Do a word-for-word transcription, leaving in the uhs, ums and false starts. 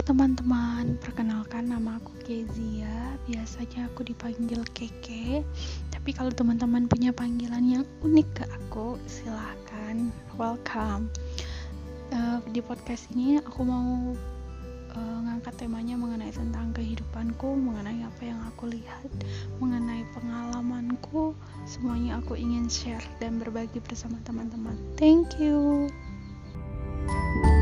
teman-teman, perkenalkan nama aku Kezia. Biasanya aku dipanggil Keke. Tapi kalau teman-teman punya panggilan yang unik ke aku, silahkan, welcome. uh, Di podcast ini aku mau uh, ngangkat temanya mengenai tentang kehidupanku, mengenai apa yang aku lihat, mengenai pengalamanku. Semuanya aku ingin share dan berbagi bersama teman-teman. Thank you.